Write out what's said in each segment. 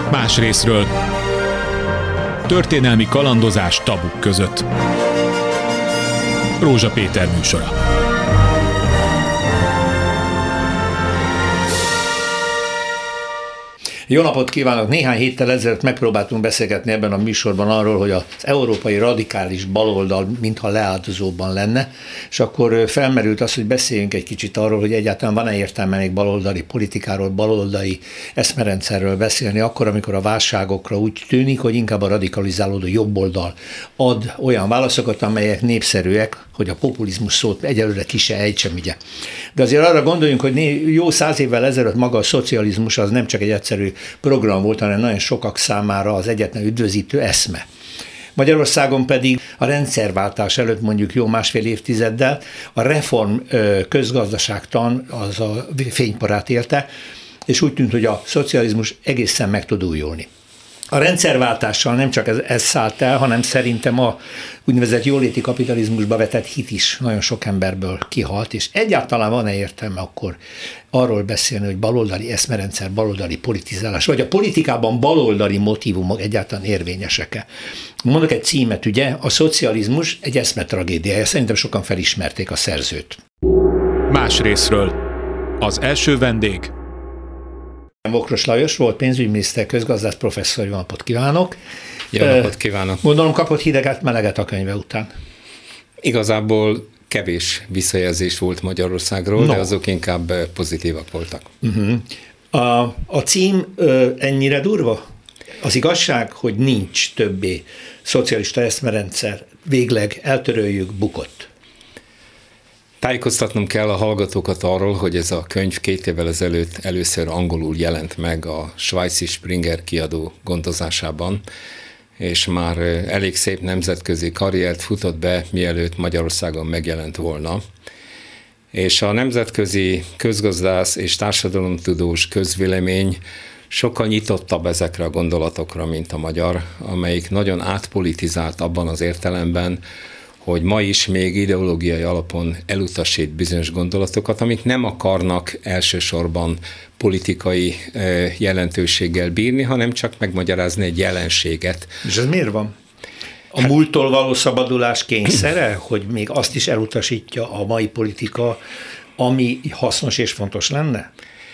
Más részről. Történelmi kalandozás tabuk között. Rózsa Péter műsora. Jó napot kívánok! Néhány héttel ezelőtt megpróbáltunk beszélgetni ebben a műsorban arról, hogy az európai radikális baloldal mintha leáldozóban lenne, és akkor felmerült az, hogy beszéljünk egy kicsit arról, hogy egyáltalán van-e értelme még baloldali politikáról, baloldali eszmerendszerről beszélni, akkor, amikor a válságokra úgy tűnik, hogy inkább a radikalizálódó jobboldal ad olyan válaszokat, amelyek népszerűek, hogy a populizmus szót egyelőre ki se ejtsem, ugye. De azért arra gondoljunk, hogy jó 100 évvel ezelőtt maga a szocializmus az nem csak egy egyszerű program volt, hanem nagyon sokak számára az egyetlen üdvözítő eszme. Magyarországon pedig a rendszerváltás előtt mondjuk jó másfél évtizeddel a reform közgazdaságtan az a fényparát élte, és úgy tűnt, hogy a szocializmus egészen meg tud újulni. A rendszerváltással nem csak ez szállt el, hanem szerintem a úgynevezett jóléti kapitalizmusba vetett hit is nagyon sok emberből kihalt, és egyáltalán van-e értelme akkor arról beszélni, hogy baloldali eszmerendszer, baloldali politizálás, vagy a politikában baloldali motívumok egyáltalán érvényesek-e. Mondok egy címet, ugye, a szocializmus egy eszmetragédiája, szerintem sokan felismerték a szerzőt. Más részről. Az első vendég. Bokros Lajos volt pénzügyminiszter, közgazdász professzor, jó napot kívánok! Jó napot kívánok! Gondolom kapott hideget, meleget a könyve után. Igazából kevés visszajelzés volt Magyarországról, de azok inkább pozitívak voltak. A cím ennyire durva? Az igazság, hogy nincs többé szocialista eszmerendszer, végleg eltöröljük, bukott. Tájékoztatnom kell a hallgatókat arról, hogy ez a könyv 2 évvel ezelőtt először angolul jelent meg a svájci Springer kiadó gondozásában, és már elég szép nemzetközi karriert futott be, mielőtt Magyarországon megjelent volna. És a nemzetközi közgazdász és társadalomtudós közvélemény sokkal nyitottabb ezekre a gondolatokra, mint a magyar, amelyik nagyon átpolitizált abban az értelemben, hogy ma is még ideológiai alapon elutasít bizonyos gondolatokat, amik nem akarnak elsősorban politikai jelentőséggel bírni, hanem csak megmagyarázni egy jelenséget. És ez miért van? A múlttól való szabadulás kényszere, hogy még azt is elutasítja a mai politika, ami hasznos és fontos lenne?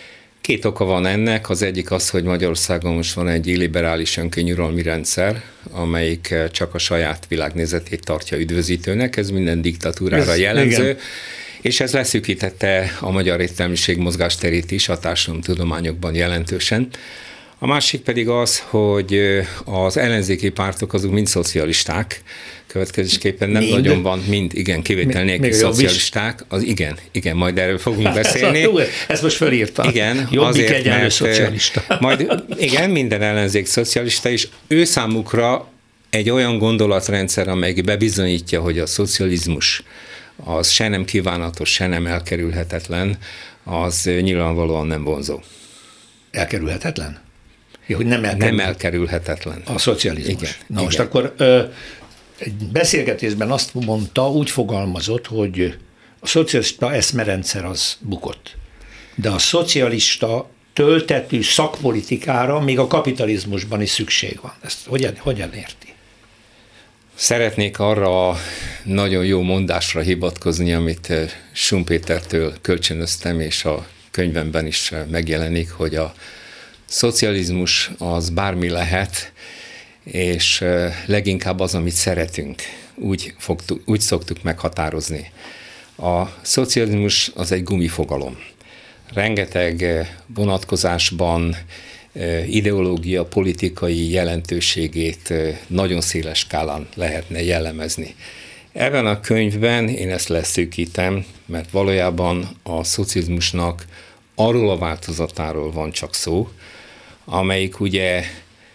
2 oka van ennek. Az egyik az, hogy Magyarországon most van egy illiberális önkényuralmi rendszer, amelyik csak a saját világnézetét tartja üdvözítőnek, ez minden diktatúrára jellemző, igen. És ez leszűkítette a magyar értelmiség mozgásterét is a társadalomtudományokban jelentősen. A másik pedig az, hogy az ellenzéki pártok azok mind szocialisták, következésképpen nem nagyon van, igen, kivétel nélkül szocialisták, az igen, majd erről fogunk beszélni. Ezt most felírtam. Igen, Jobbik egyenlő szocialista. Igen, minden ellenzék szocialista, és ő számukra egy olyan gondolatrendszer, amely bebizonyítja, hogy a szocializmus az se nem kívánatos, se nem elkerülhetetlen, az nyilvánvalóan nem vonzó. Elkerülhetetlen? Ja, hogy nem elkerülhetetlen. A szocializmus. Igen. Na most akkor egy beszélgetésben azt mondta, úgy fogalmazott, hogy a szocialista eszmerendszer az bukott. De a szocialista töltetű szakpolitikára még a kapitalizmusban is szükség van. Ezt hogyan érti? Szeretnék arra a nagyon jó mondásra hivatkozni, amit Schumpetertől kölcsönöztem, és a könyvemben is megjelenik, hogy a szocializmus az bármi lehet, és leginkább az, amit szeretünk, úgy szoktuk meghatározni. A szocializmus az egy gumifogalom. Rengeteg vonatkozásban ideológia, politikai jelentőségét nagyon széles skálán lehetne jellemezni. Ebben a könyvben én ezt leszűkítem, mert valójában a szocializmusnak arról a változatáról van csak szó, amelyik ugye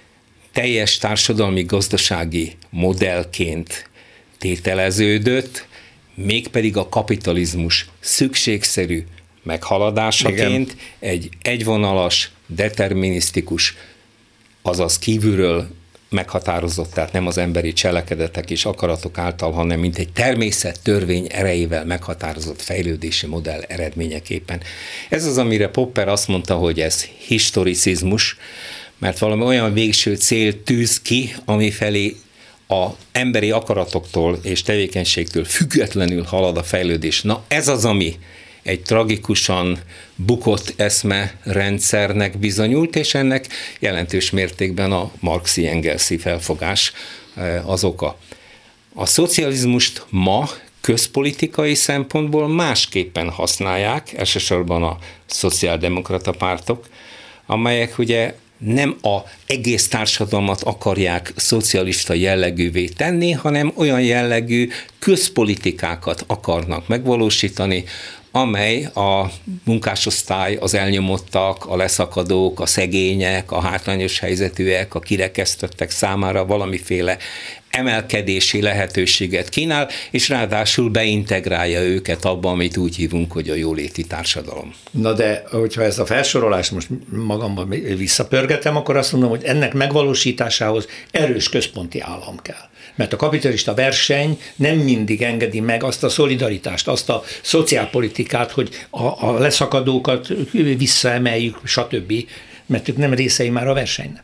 teljes társadalmi-gazdasági modellként tételeződött, mégpedig a kapitalizmus szükségszerű meghaladásaként egy egyvonalas, determinisztikus, azaz kívülről meghatározott, tehát nem az emberi cselekedetek és akaratok által, hanem mint egy természettörvény erejével meghatározott fejlődési modell eredményeképpen. Ez az, amire Popper azt mondta, hogy ez historicizmus, mert valami olyan végső cél tűz ki, ami felé az emberi akaratoktól és tevékenységtől függetlenül halad a fejlődés. Na ez az, ami egy tragikusan bukott eszmerendszernek bizonyult, és ennek jelentős mértékben a marxi-engelszi felfogás az oka. A szocializmust ma közpolitikai szempontból másképpen használják, elsősorban a szociáldemokrata pártok, amelyek ugye nem az egész társadalmat akarják szocialista jellegűvé tenni, hanem olyan jellegű közpolitikákat akarnak megvalósítani, amely a munkásosztály, az elnyomottak, a leszakadók, a szegények, a hátrányos helyzetűek, a kirekesztettek számára valamiféle emelkedési lehetőséget kínál, és ráadásul beintegrálja őket abba, amit úgy hívunk, hogy a jóléti társadalom. Na de, hogyha ezt a felsorolást most magamban visszapörgetem, akkor azt mondom, hogy ennek megvalósításához erős központi állam kell. Mert a kapitalista verseny nem mindig engedi meg azt a szolidaritást, azt a szociálpolitikát, hogy a leszakadókat visszaemeljük, stb., mert ők nem részei már a versenynek.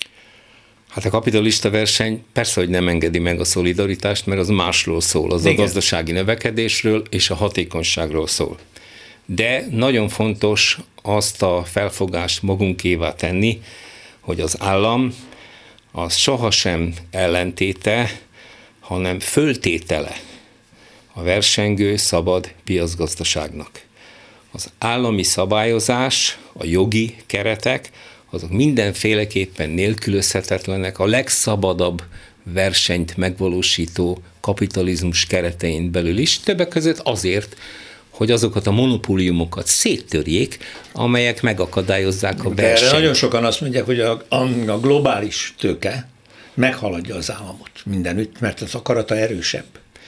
Hát a kapitalista verseny persze, hogy nem engedi meg a szolidaritást, mert az másról szól, az igen, a gazdasági növekedésről és a hatékonyságról szól. De nagyon fontos azt a felfogást magunkévá tenni, hogy az állam az sohasem ellentéte, hanem föltétele a versengő szabad piacgazdaságnak. Az állami szabályozás, a jogi keretek, azok mindenféleképpen nélkülözhetetlenek a legszabadabb versenyt megvalósító kapitalizmus keretein belül is, többek között azért, hogy azokat a monopóliumokat széttörjék, amelyek megakadályozzák a versenyt. Erre nagyon sokan azt mondják, hogy a globális tőke meghaladja az államot mindenütt, mert az akarata erősebb.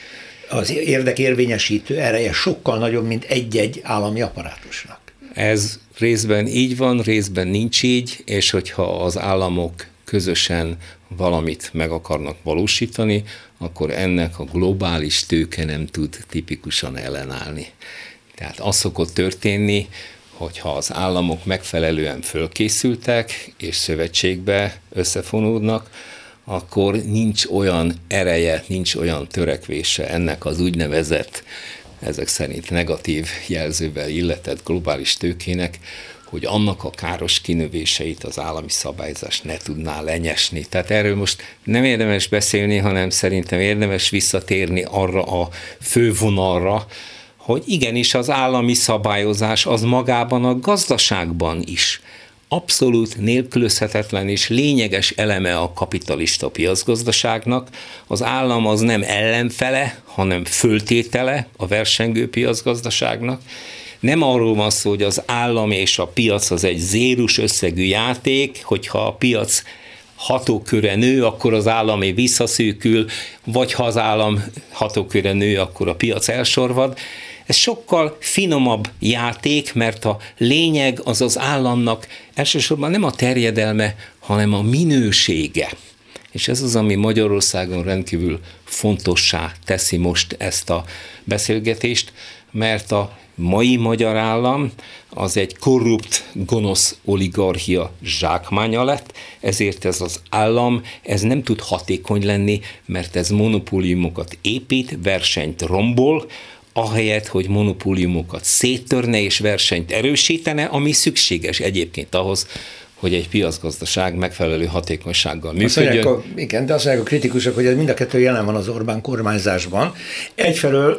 Az érdekérvényesítő ereje sokkal nagyobb, mint egy-egy állami apparátusnak. Ez részben így van, részben nincs így, és hogyha az államok közösen valamit meg akarnak valósítani, akkor ennek a globális tőke nem tud tipikusan ellenállni. Tehát az szokott történni, hogyha az államok megfelelően fölkészültek és szövetségbe összefonódnak, akkor nincs olyan ereje, nincs olyan törekvése ennek az úgynevezett, ezek szerint negatív jelzővel illetett globális tőkének, hogy annak a káros kinövéseit az állami szabályozás ne tudná lenyesni. Tehát erről most nem érdemes beszélni, hanem szerintem érdemes visszatérni arra a fővonalra, hogy igenis az állami szabályozás az magában a gazdaságban is abszolút nélkülözhetetlen és lényeges eleme a kapitalista piacgazdaságnak. Az állam az nem ellenfele, hanem föltétele a versengő piacgazdaságnak. Nem arról van szó, hogy az állam és a piac az egy zérus összegű játék, hogyha a piac hatóköre nő, akkor az állami visszaszűkül, vagy ha az állam hatóköre nő, akkor a piac elsorvad. Ez sokkal finomabb játék, mert a lényeg az az államnak elsősorban nem a terjedelme, hanem a minősége. És ez az, ami Magyarországon rendkívül fontossá teszi most ezt a beszélgetést, mert a mai magyar állam az egy korrupt, gonosz oligarchia zsákmánya lett, ezért ez az állam, ez nem tud hatékony lenni, mert ez monopóliumokat épít, versenyt rombol, ahelyett, hogy monopóliumokat széttörne és versenyt erősítene, ami szükséges egyébként ahhoz, hogy egy piacgazdaság megfelelő hatékonysággal működjön. Igen, de azt mondják a kritikusok, hogy ez mind a kettő jelen van az Orbán kormányzásban. Egyfelől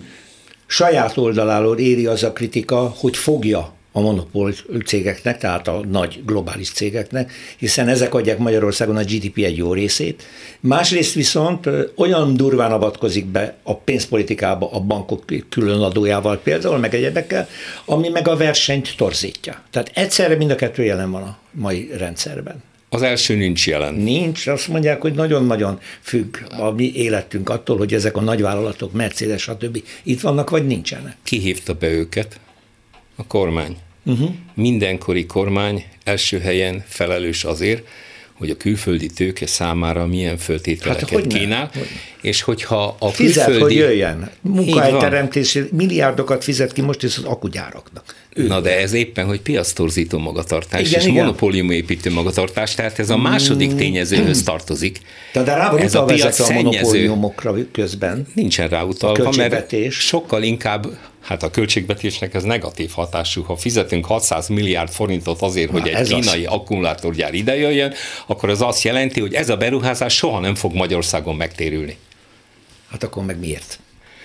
saját oldaláról éri az a kritika, hogy fogja a monopól cégeknek, tehát a nagy globális cégeknek, hiszen ezek adják Magyarországon a GDP egy jó részét. Másrészt viszont olyan durván avatkozik be a pénzpolitikába a bankok különadójával például, meg egyebekkel, ami meg a versenyt torzítja. Tehát egyszerre mind a kettő jelen van a mai rendszerben. Az első nincs jelen. Nincs, azt mondják, hogy nagyon-nagyon függ a mi életünk attól, hogy ezek a nagyvállalatok, Mercedes, stb. Itt vannak, vagy nincsenek. Ki hívta be őket? A kormány. Mindenkori kormány első helyen felelős azért, hogy a külföldi tőke számára milyen föltételeket kínál, és hogyha a fizet, külföldi... hogy jöjjen. Munkahelyteremtési milliárdokat fizet ki most is az akugyáraknak. Na de ez éppen, hogy piactorzító magatartás, igen, és monopóliumépítő magatartás, tehát ez a második tényezőhöz tartozik. De rá van utalva ezekre a monopóliumokra közben. Nincsen ráutalva, mert sokkal inkább, hát a költségvetésnek ez negatív hatású. Ha fizetünk 600 milliárd forintot azért, hogy egy kínai akkumulátorgyár idejöjjön, akkor az azt jelenti, hogy ez a beruházás soha nem fog Magyarországon megtérülni. Hát akkor meg miért?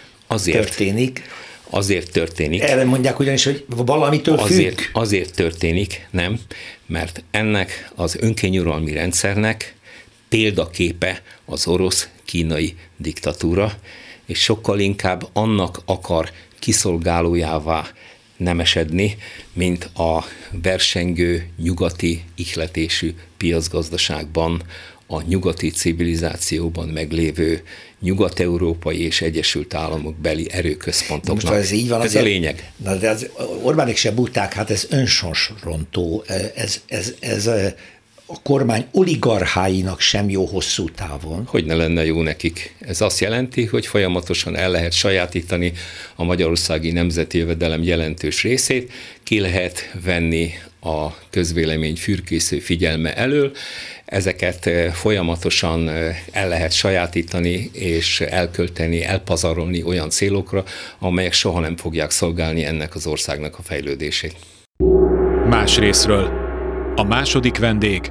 Azért történik. Erre mondják ugyanis, hogy valamitől függ. Azért történik, nem, mert ennek az önkényuralmi rendszernek példaképe az orosz-kínai diktatúra, és sokkal inkább annak akar kiszolgálójává nemesedni, mint a versengő nyugati ihletésű piacgazdaságban, a nyugati civilizációban meglévő nyugat-európai és Egyesült Államok beli erőközpontoknak. Most, ez így van, ez a lényeg. Na, de az Orbánék se buták, hát ez önsorsrontó, ez a kormány oligarcháinak sem jó hosszú távon. Hogy ne lenne jó nekik? Ez azt jelenti, hogy folyamatosan el lehet sajátítani a magyarországi nemzeti jövedelem jelentős részét, ki lehet venni a közvélemény fürkésző figyelme elől, ezeket folyamatosan el lehet sajátítani és elkölteni, elpazarolni olyan célokra, amelyek soha nem fogják szolgálni ennek az országnak a fejlődését. Más részről. A második vendég.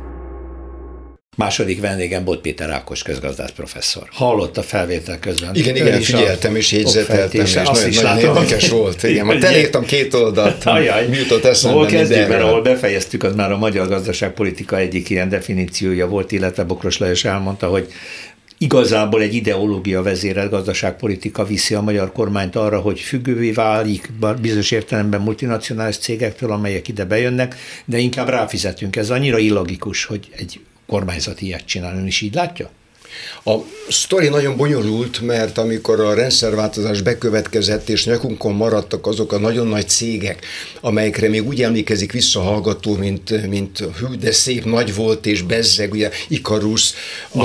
Második vendégem Bot Péter Ákos közgazdász professzor. Hallott a felvétel közben. Igen, figyeltem és jegyzeteltem, és nagyon érdekes volt. Igen, ma elírtam 2 oldalt, mi jutott eszembe mindenről. Kezdjük, mert ahol befejeztük, az már a magyar gazdaságpolitika egyik ilyen definíciója volt, illetve Bokros Lajos elmondta, hogy igazából egy ideológia vezérelt gazdaságpolitika viszi a magyar kormányt arra, hogy függővé válik bizonyos értelemben multinacionális cégektől, amelyek ide bejönnek, de inkább ráfizetünk. Ez annyira illogikus, hogy egy kormányzat ilyet csinál. Ön is így látja? A sztori nagyon bonyolult, mert amikor a rendszerváltozás bekövetkezett, és nyakunkon maradtak azok a nagyon nagy cégek, amelyekre még úgy emlékezik visszahallgató, mint hű, de szép nagy volt, és bezzeg, ugye Ikarus,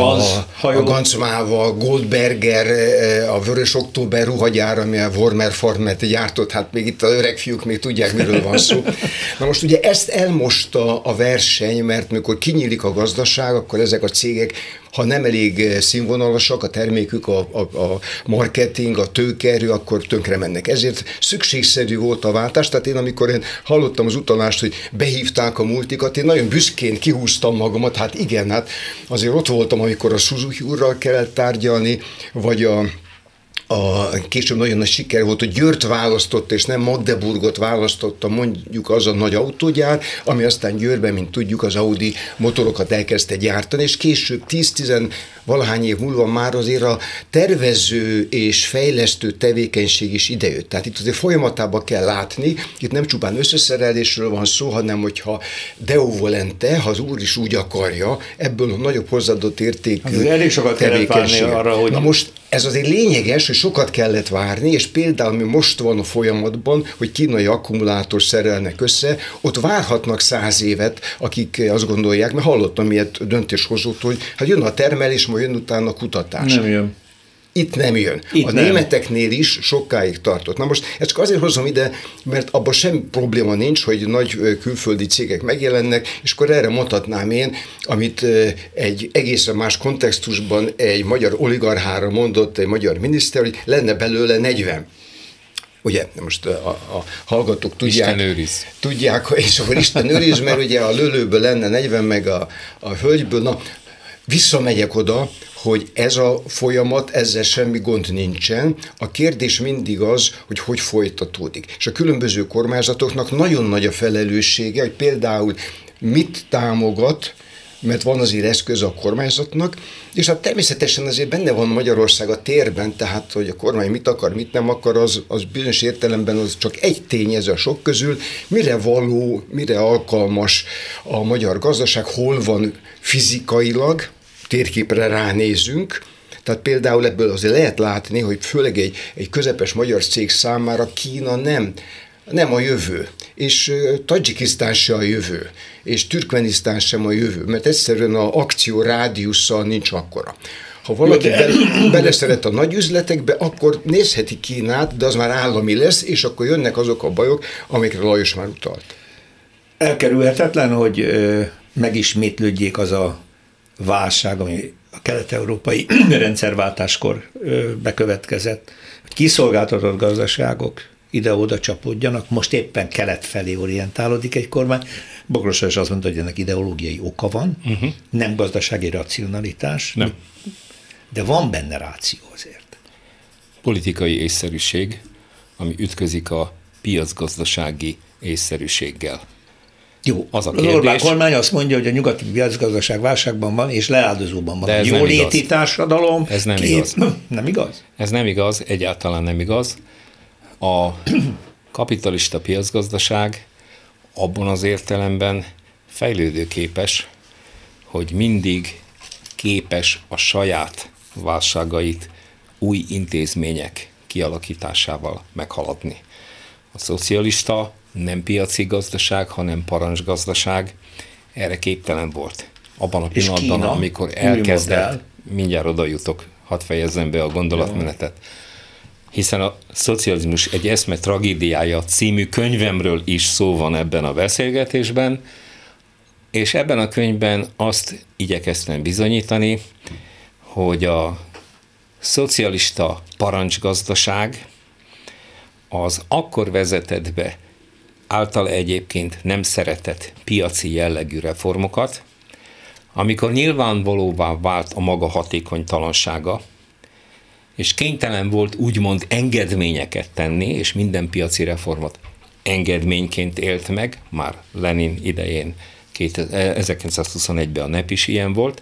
a Gancmáva, Goldberger, a Vörös Október ruhagyár, ami a Warmer Farmet gyártott, hát még itt az öreg fiúk még tudják, miről van szó. Na most ugye ezt elmosta a verseny, mert mikor kinyílik a gazdaság, akkor ezek a cégek, ha nem elég színvonalasak a termékük, a marketing, a tőkeerő, akkor tönkre mennek. Ezért szükségszerű volt a váltás. Tehát amikor én hallottam az utalást, hogy behívták a multikat, én nagyon büszkén kihúztam magamat. Hát igen, hát azért ott voltam, amikor a Suzuki úrral kellett tárgyalni, vagy később nagyon nagy siker volt, hogy Győrt választott, és nem Magdeburgot választotta, mondjuk az a nagy autógyár, ami aztán Győrben, mint tudjuk, az Audi motorokat elkezdte gyártani, és később 10-10 valahány év múlva már azért a tervező és fejlesztő tevékenység is idejött. Tehát itt azért folyamatában kell látni, itt nem csupán összeszerelésről van szó, hanem hogyha Deo volente, ha az úr is úgy akarja, ebből a nagyobb hozzáadott értékű elég sokat kellett várni arra, hogy... Na most ez azért lényeges, hogy sokat kellett várni, és például mi most van a folyamatban, hogy kínai akkumulátor szerelnek össze, ott várhatnak 100 évet, akik azt gondolják, mert hallottam ilyet döntéshozótól, hogy hát jön a termelés, majd jön utána a kutatás. Nem jön. Itt nem jön. A németeknél is sokáig tartott. Na most ezt csak azért hozom ide, mert abban semmi probléma nincs, hogy nagy külföldi cégek megjelennek, és akkor erre mondhatnám én, amit egy egészen más kontextusban egy magyar oligarchára mondott egy magyar miniszter, hogy lenne belőle 40. Ugye, most a hallgatók tudják, és akkor Isten őriz, mert ugye a lőlőből lenne 40, meg a hölgyből, na, visszamegyek oda, hogy ez a folyamat, ezzel semmi gond nincsen. A kérdés mindig az, hogy folytatódik. És a különböző kormányzatoknak nagyon nagy a felelőssége, hogy például mit támogat, mert van azért eszköz a kormányzatnak, és hát természetesen azért benne van Magyarország a térben, tehát hogy a kormány mit akar, mit nem akar, az bizonyos értelemben az csak egy tényező a sok közül, mire való, mire alkalmas a magyar gazdaság, hol van fizikailag, térképre ránézünk, tehát például ebből azért lehet látni, hogy főleg egy közepes magyar cég számára Kína nem a jövő. és Tadzsikisztán se a jövő, és Türkmenisztán sem a jövő, mert egyszerűen az akció rádiussal nincs akkora. Ha valaki beleszeret a nagy üzletekbe, akkor nézheti Kínát, de az már állami lesz, és akkor jönnek azok a bajok, amikre Lajos már utalt. Elkerülhetetlen, hogy megismétlődjék az a válság, ami a kelet-európai rendszerváltáskor bekövetkezett, hogy kiszolgáltatott gazdaságok ide-oda csapódjanak, most éppen kelet felé orientálódik egy kormány. Bokros is azt mondta, hogy ennek ideológiai oka van, nem gazdasági racionalitás, nem. De van benne ráció azért. Politikai észszerűség, ami ütközik a piacgazdasági észszerűséggel. Jó, az Orbán kormány azt mondja, hogy a nyugati piacgazdaság válságban van, és leáldozóban van. De a jóléti társadalom. Ez nem igaz. Nem igaz? Ez nem igaz, egyáltalán nem igaz. A kapitalista piacgazdaság abban az értelemben fejlődőképes, hogy mindig képes a saját válságait új intézmények kialakításával meghaladni. A szocialista nem piaci gazdaság, hanem parancsgazdaság erre képtelen volt. Abban a pillanatban, amikor elkezdett, mindjárt oda jutok, hadd fejezzem be a gondolatmenetet, hiszen a Szocializmus egy eszme tragédiája című könyvemről is szó van ebben a beszélgetésben, és ebben a könyvben azt igyekeztem bizonyítani, hogy a szocialista parancsgazdaság az akkor vezetett be által egyébként nem szeretett piaci jellegű reformokat, amikor nyilvánvalóvá vált a maga hatékonytalansága, és kénytelen volt úgymond engedményeket tenni, és minden piaci reformot engedményként élt meg, már Lenin idején 1921-ben a NEP is ilyen volt,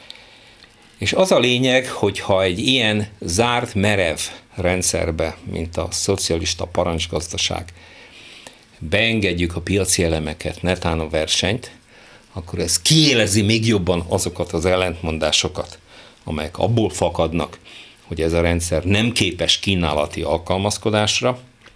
és az a lényeg, hogy ha egy ilyen zárt, merev rendszerbe, mint a szocialista parancsgazdaság, beengedjük a piaci elemeket, netán a versenyt, akkor ez kiélezi még jobban azokat az ellentmondásokat, amelyek abból fakadnak, hogy ez a rendszer nem képes kínálati alkalmazkodásra,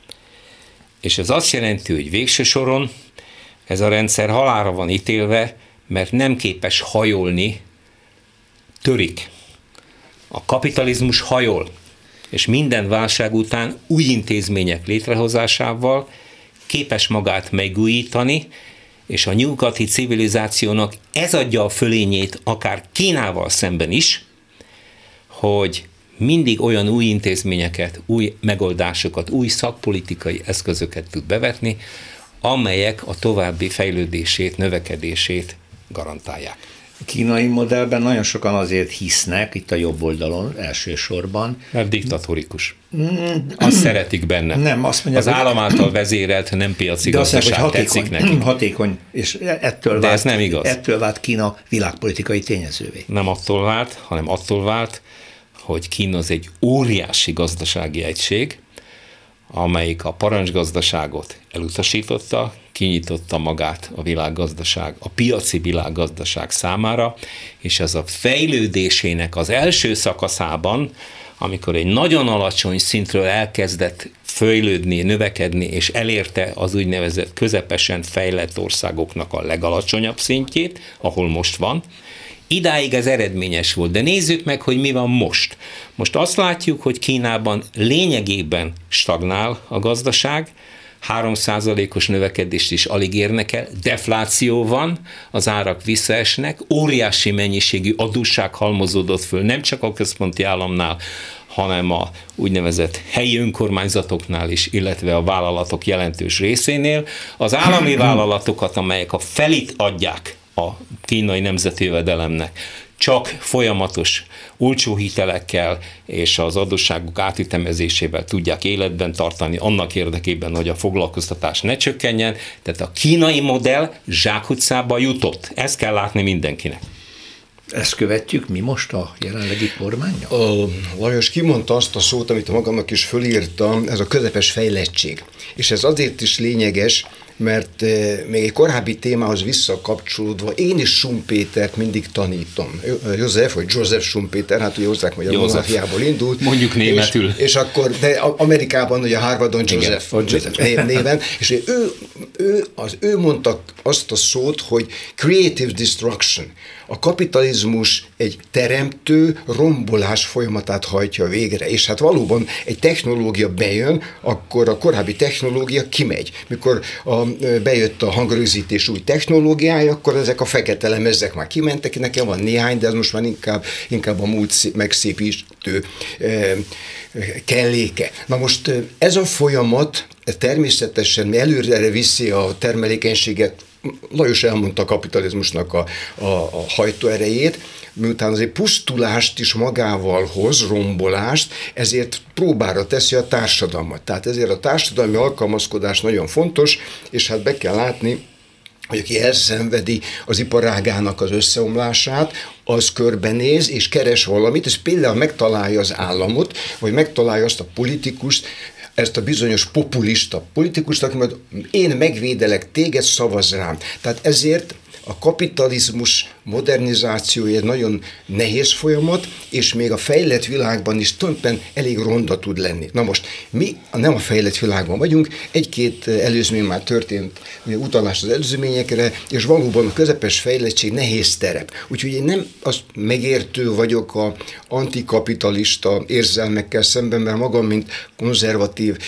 és ez azt jelenti, hogy végső soron ez a rendszer halálra van ítélve, mert nem képes hajolni, törik. A kapitalizmus hajol, és minden válság után új intézmények létrehozásával képes magát megújítani, és a nyugati civilizációnak ez adja a fölényét akár Kínával szemben is, hogy mindig olyan új intézményeket, új megoldásokat, új szakpolitikai eszközöket tud bevetni, amelyek a további fejlődését, növekedését garantálják. A kínai modellben nagyon sokan azért hisznek, itt a jobb oldalon elsősorban. Mert diktatórikus. Azt szeretik benne. Nem, azt mondják, az állam által vezérelt, nem piaci gazdaság tetszik neki. Hatékony, és ettől vált, ez nem igaz. Ettől vált Kína világpolitikai tényezővé. Nem attól vált, hanem attól vált, hogy Kína az egy óriási gazdasági egység, amelyik a parancsgazdaságot elutasította, kinyitotta magát a világgazdaság, a piaci világgazdaság számára, és ez a fejlődésének az első szakaszában, amikor egy nagyon alacsony szintről elkezdett fejlődni, növekedni, és elérte az úgynevezett közepesen fejlett országoknak a legalacsonyabb szintjét, ahol most van, idáig ez eredményes volt, de nézzük meg, hogy mi van most. Most azt látjuk, hogy Kínában lényegében stagnál a gazdaság, 3%-os növekedést is alig érnek el, defláció van, az árak visszaesnek, óriási mennyiségű adósság halmozódott föl, nem csak a központi államnál, hanem a úgynevezett helyi önkormányzatoknál is, illetve a vállalatok jelentős részénél. Az állami vállalatokat, amelyek a felét adják a kínai nemzeti jövedelemnek, csak folyamatos olcsó hitelekkel és az adósságok átütemezésével tudják életben tartani annak érdekében, hogy a foglalkoztatás ne csökkenjen. Tehát a kínai modell zsákutcába jutott. Ezt kell látni mindenkinek. Ezt követjük mi most a jelenlegi kormánnyal? Lajos kimondta azt a szót, amit magamnak is fölírtam, ez a közepes fejlettség. És ez azért is lényeges, mert még egy korábbi témához visszakapcsolódva, én is Schumpétert mindig tanítom. József, vagy Joseph Schumpeter, hát ugye osztrák-magyar monarchiából indult. Mondjuk németül. És akkor, de Amerikában ugye Harvardon Joseph néven, és ő ő mondta azt a szót, hogy creative destruction. A kapitalizmus egy teremtő rombolás folyamatát hajtja végre, és hát valóban egy technológia bejön, akkor a korábbi technológia kimegy. Mikor bejött a hangrögzítés új technológiája, akkor ezek a fekete lemezek már kimentek, nekem van néhány, de ez most már inkább a múlt megszépítő kelléke. Na most ez a folyamat természetesen előre viszi a termelékenységet. Lajos elmondta a kapitalizmusnak a hajtóerejét, miután azért pusztulást is magával hoz, rombolást, ezért próbára teszi a társadalmat. Tehát ezért a társadalmi alkalmazkodás nagyon fontos, és hát be kell látni, hogy aki elszenvedi az iparágának az összeomlását, az körbenéz és keres valamit, és például megtalálja az államot, vagy megtalálja azt a politikust, ezt a bizonyos populista politikust, aki majd én megvédelek téged, szavazz rám. Tehát ezért a kapitalizmus modernizációja egy nagyon nehéz folyamat, és még a fejlett világban is tulajdonképpen elég ronda tud lenni. Na most, mi nem a fejlett világban vagyunk, egy-két előzmény már történt, utalás az előzményekre, és valóban a közepes fejlettség nehéz terep. Úgyhogy én nem azt megértő vagyok a antikapitalista érzelmekkel szemben, mert magam, mint konzervatív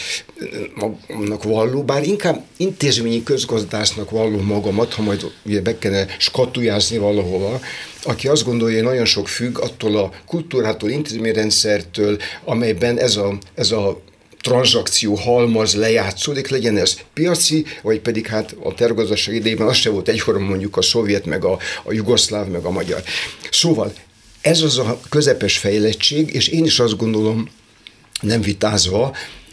magamnak valló, bár inkább intézményi közgazdásznak valló magamat, ha majd ugye be kellene skatujázni valahova, aki azt gondolja, hogy nagyon sok függ attól a kultúrától, intézményrendszertől, amelyben ez a tranzakció halmaz lejátszódik, legyen ez piaci, vagy pedig hát a tervgazdaság idejében az se volt egyforma mondjuk a szovjet, meg a jugoszláv, meg a magyar. Szóval ez az a közepes fejlettség, és én is azt gondolom, nem vitázva,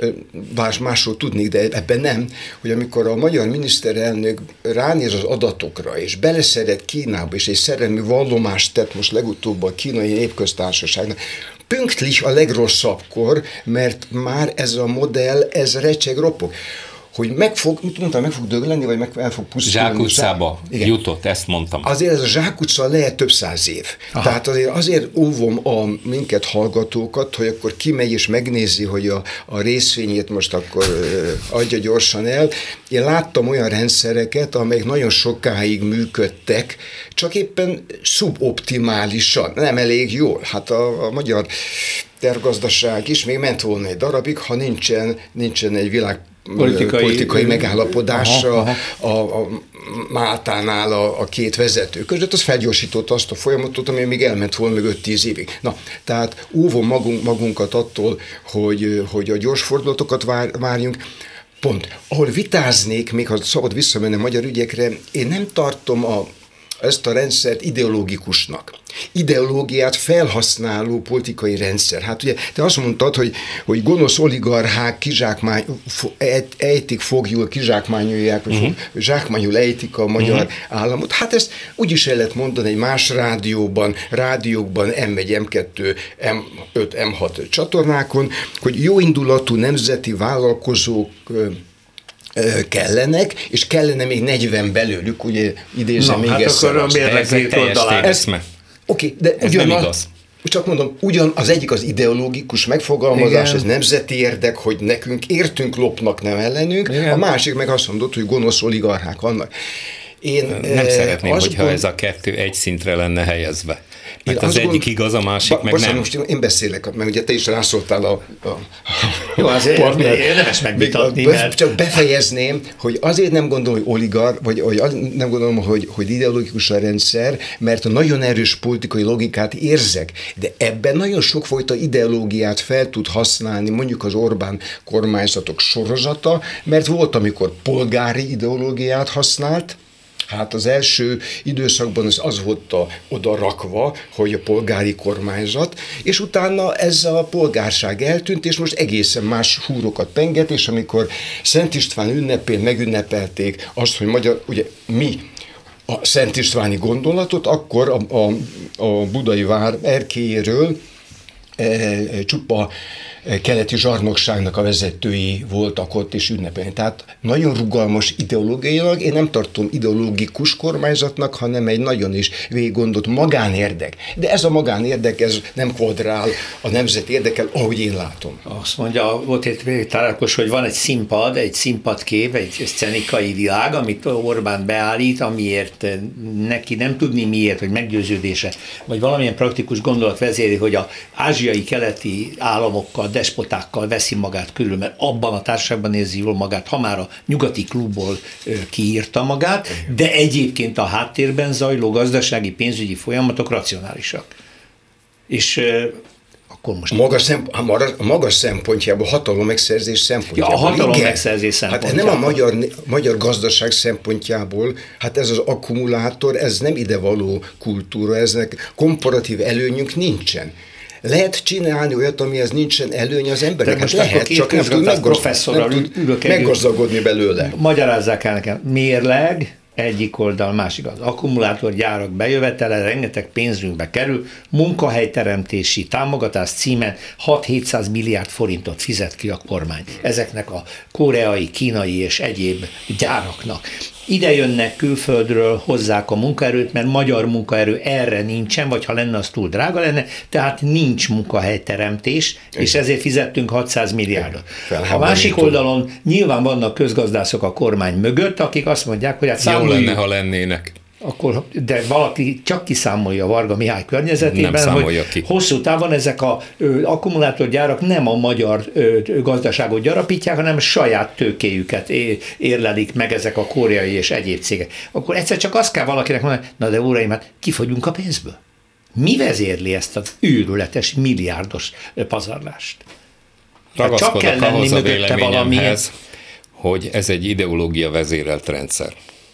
bár másról tudnék, de ebben nem, hogy amikor a magyar miniszterelnök ránéz az adatokra, és beleszeret Kínába, és egy szerelmi vallomást tett most legutóbb a Kínai Népköztársaságnak, pünktlich a legrosszabbkor, mert már ez a modell, ez recseg, ropog. Hogy meg fog dögleni, vagy el fog pusztulni. Zsákutcába jutott, ezt mondtam. Azért ez a zsákutca lehet több száz év. Aha. Tehát azért óvom a minket hallgatókat, hogy akkor kimegy és megnézi, hogy a részvényét most akkor adja gyorsan el. Én láttam olyan rendszereket, amelyek nagyon sokáig működtek, csak éppen szuboptimálisan, nem elég jól. Hát a magyar tervgazdaság is még ment volna egy darabig, ha nincsen egy világ politikai megállapodás a Máltánál a két vezető között, az felgyorsította azt a folyamatot, ami még elment volna meg 5-10 évig. Na, tehát óvom magunkat attól, hogy a gyors fordulatokat várjunk. Pont. Ahol vitáznék, még ha szabad visszamenni a magyar ügyekre, én nem tartom ezt a rendszert ideológikusnak. Ideológiát felhasználó politikai rendszer. Hát ugye te azt mondtad, hogy gonosz oligarchák ejtik fogjul, kizsákmányolják, vagy zsákmányul ejtik a magyar államot. Hát ezt úgy is el lehet mondani egy más rádiókban, M1, M2, M5, M6 csatornákon, hogy jóindulatú nemzeti vállalkozók kellenek, és kellene még 40 belőlük, ugye idézem még egyszer. Ez egy teljes téveszme. Oké, de ez nem igaz. Csak mondom, az egyik az ideológikus megfogalmazás, igen. Ez nemzeti érdek, hogy nekünk értünk lopnak, nem ellenünk, igen. A másik meg azt mondott, hogy gonosz oligarchák vannak. Én nem szeretném, hogyha ez a kettő egy szintre lenne helyezve. Mert az egyik igaz, a másik meg nem. Most én beszélek, mert ugye te is rászóltál Jó, azért érdemes megvitatni. Csak befejezném, hogy azért nem gondolom, hogy vagy nem gondolom, hogy ideológikus a rendszer, mert nagyon erős politikai logikát érzek, de ebben nagyon sokfajta ideológiát fel tud használni, mondjuk az Orbán kormányzatok sorozata, mert volt, amikor polgári ideológiát használt. Hát az első időszakban az volt oda rakva, hogy a polgári kormányzat, és utána ez a polgárság eltűnt, és most egészen más húrokat penget, és amikor Szent István ünnepén megünnepelték azt, hogy ugye mi a Szent Istváni gondolatot, akkor a budai vár erkélyéről csupa keleti zsarnokságnak a vezetői voltak ott és ünnepelni. Tehát nagyon rugalmas ideológiailag, én nem tartom ideológikus kormányzatnak, hanem egy nagyon is végiggondolt magánérdek. De ez a magánérdek, ez nem kvadrál a nemzet érdekel, ahogy én látom. Azt mondja, volt egy találkozó, hogy van egy színpad, egy színpadkép, egy szcenikai világ, amit Orbán beállít, amiért neki nem tudni miért, hogy meggyőződése, vagy valamilyen praktikus gondolat vezéri, hogy az ázsiai keleti államokkal, despotákkal veszi magát körül, mert abban a társaságban érzi jól magát, ha már a nyugati klubból kiírta magát, de egyébként a háttérben zajló gazdasági, pénzügyi folyamatok racionálisak. És akkor most... A magas szempontjából, hatalom megszerzés szempontjából. Ja, a hatalom megszerzés szempontjából. Hát nem a magyar gazdaság szempontjából, hát ez az akkumulátor, ez nem idevaló kultúra, eznek komparatív előnyünk nincsen. Lehet csinálni olyat, amihez nincsen előny az emberek. Hát lehet, csak nem tud meggazdagodni belőle. Magyarázzák el nekem, mérleg, egyik oldal, másik az akkumulátorgyárak bejövetele, rengeteg pénzünkbe kerül, munkahelyteremtési támogatás címen 6-700 milliárd forintot fizet ki a kormány ezeknek a koreai, kínai és egyéb gyáraknak. Ide jönnek külföldről, hozzák a munkaerőt, mert magyar munkaerő erre nincsen, vagy ha lenne, az túl drága lenne, tehát nincs munkahelyteremtés, és ezért fizettünk 600 milliárdot. A másik oldalon nyilván vannak közgazdászok a kormány mögött, akik azt mondják, hogy hát jó lenne, ha lennének. Akkor, de valaki csak kiszámolja Varga Mihály környezetében, hogy hosszú távon ezek az akkumulátorgyárak nem a magyar gazdaságot gyarapítják, hanem saját tőkéjüket érlelik meg ezek a koreai és egyéb cégek. Akkor egyszer csak azt kell valakinek mondani, na de uraim, hát kifogyunk a pénzből. Mi vezérli ezt az őrületes, milliárdos pazarlást? Ragaszkodok ahhoz a véleményemhez, hogy ez egy ideológia vezérelt rendszer.